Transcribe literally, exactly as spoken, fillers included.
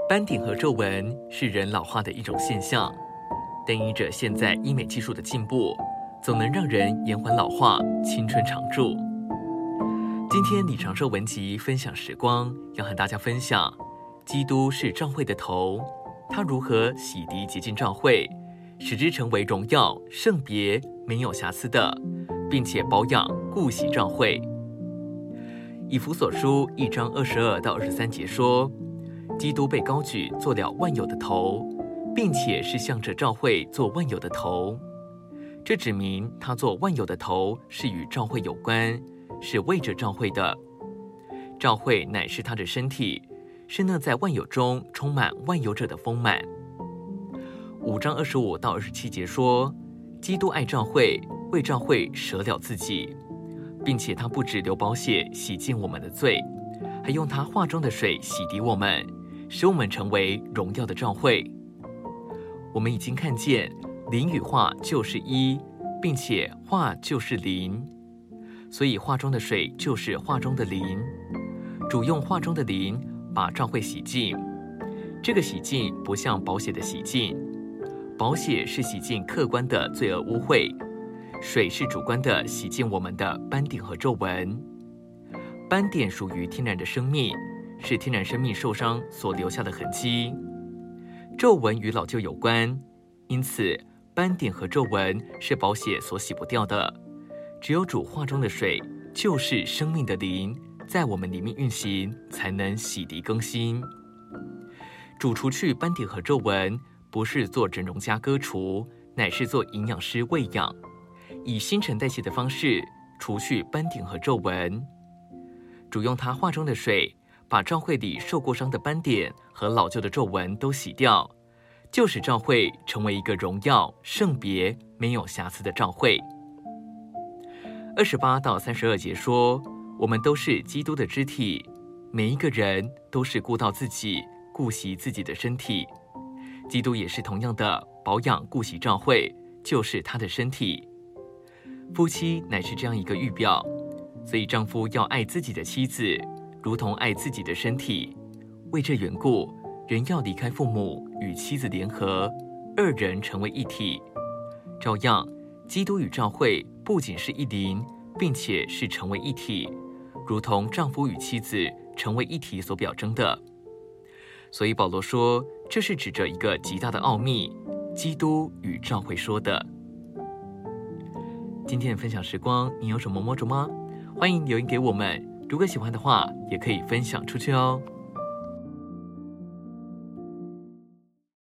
斑点和皱纹是人老化的一种现象，但因着现在医美技术的进步，总能让人延缓老化，青春常驻。今天李长寿文集分享时光，要和大家分享基督是教会的头，他如何洗涤洁净教会，使之成为荣耀、圣别、没有瑕疵的，并且保养、顾惜教会。以弗所书一章二十二到二十三节说，基督被高举做了万有的头，并且是向着教会做万有的头。这指明他做万有的头是与教会有关，是为着教会的。教会乃是他的身体，是那在万有中充满万有者的丰满。五章二十五到二十七节说，基督爱教会，为教会舍了自己，并且他不只流宝血洗净我们的罪，还用他话中的水洗涤我们，使我们成为荣耀的教会。我们已经看见灵与话就是一，并且话就是灵，所以话中的水就是话中的灵。主用话中的灵把教会洗净，这个洗净不像宝血的洗净，宝血是洗净客观的罪恶污秽，水是主观的洗净我们的斑点和皱纹。斑点属于天然的生命，是天然生命受伤所留下的痕迹。皱纹与老旧有关，因此斑点和皱纹是宝血所洗不掉的。只有主话中的水，就是生命的灵，在我们里面运行，才能洗涤更新。主除去斑点和皱纹，不是做整容家割除，乃是做营养师喂养，以新陈代谢的方式除去斑点和皱纹。主用他话中的水，把教会里受过伤的斑点和老旧的皱纹都洗掉，就使教会成为一个荣耀、圣别、没有瑕疵的教会。二十八到三十二节说，我们都是基督的肢体，每一个人都是顾到自己，顾惜自己的身体。基督也是同样的保养顾惜教会，就是他的身体。夫妻乃是这样一个预表，所以丈夫要爱自己的妻子，如同爱自己的身体。为这缘故，人要离开父母，与妻子联合，二人成为一体。照样，基督与教会不仅是一灵，并且是成为一体，如同丈夫与妻子成为一体所表征的。所以保罗说，这是指着一个极大的奥秘，基督与教会说的。今天的分享时光，你有什么摸着吗？欢迎留言给我们，如果喜欢的话，也可以分享出去哦。